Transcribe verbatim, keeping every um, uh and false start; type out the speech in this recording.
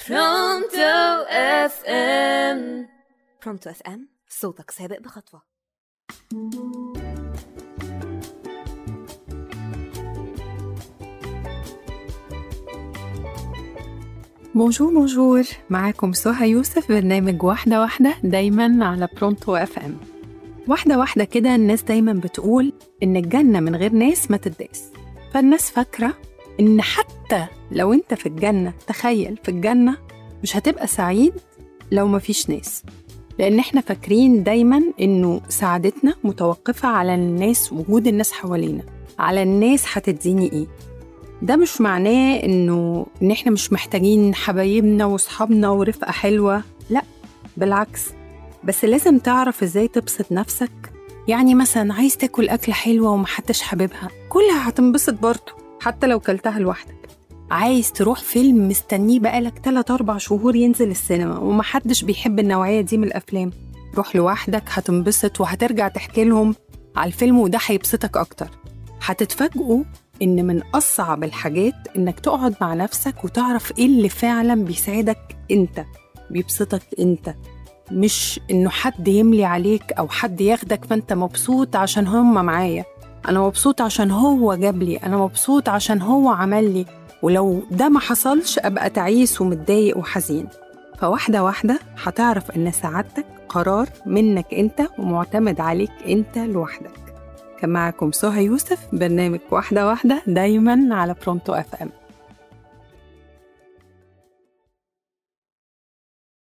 برونتو اف ام. برونتو اف ام، صوتك سابق بخطوة. بونجور بونجور، معاكم سهى يوسف، برنامج واحدة واحدة دايما على برونتو اف ام. واحدة واحدة كده، الناس دايما بتقول إن الجنة من غير ناس ما تداس، فالناس فاكرة إن حتى لو أنت في الجنة، تخيل في الجنة مش هتبقى سعيد لو ما فيش ناس، لأن إحنا فاكرين دايما إنه سعادتنا متوقفة على الناس، وجود الناس حوالينا، على الناس هتديني إيه. ده مش معناه إنه إن إحنا مش محتاجين حبايبنا وصحابنا ورفقة حلوة، لأ بالعكس، بس لازم تعرف إزاي تبسط نفسك. يعني مثلا عايز تاكل أكلة حلوة ومحدش حبيبها، كلها هتنبسط برضو حتى لو كلتها لوحدك. عايز تروح فيلم مستنيه بقالك تلات أربع شهور ينزل السينما ومحدش بيحب النوعية دي من الأفلام، روح لوحدك هتنبسط، وهترجع تحكي لهم على الفيلم وده هيبسطك أكتر. هتتفاجئوا إن من أصعب الحاجات إنك تقعد مع نفسك وتعرف إيه اللي فعلا بيسعدك أنت، بيبسطك أنت، مش إنه حد يملي عليك أو حد ياخدك فأنت مبسوط عشان هم معايا. أنا مبسوط عشان هو جاب لي، أنا مبسوط عشان هو عمل لي، ولو ده ما حصلش أبقى تعيس ومتضايق وحزين. فواحدة واحدة هتعرف إن سعادتك قرار منك أنت ومعتمد عليك أنت لوحدك. كان معكم سهى يوسف، برنامج واحدة واحدة دايما على برونتو اف ام.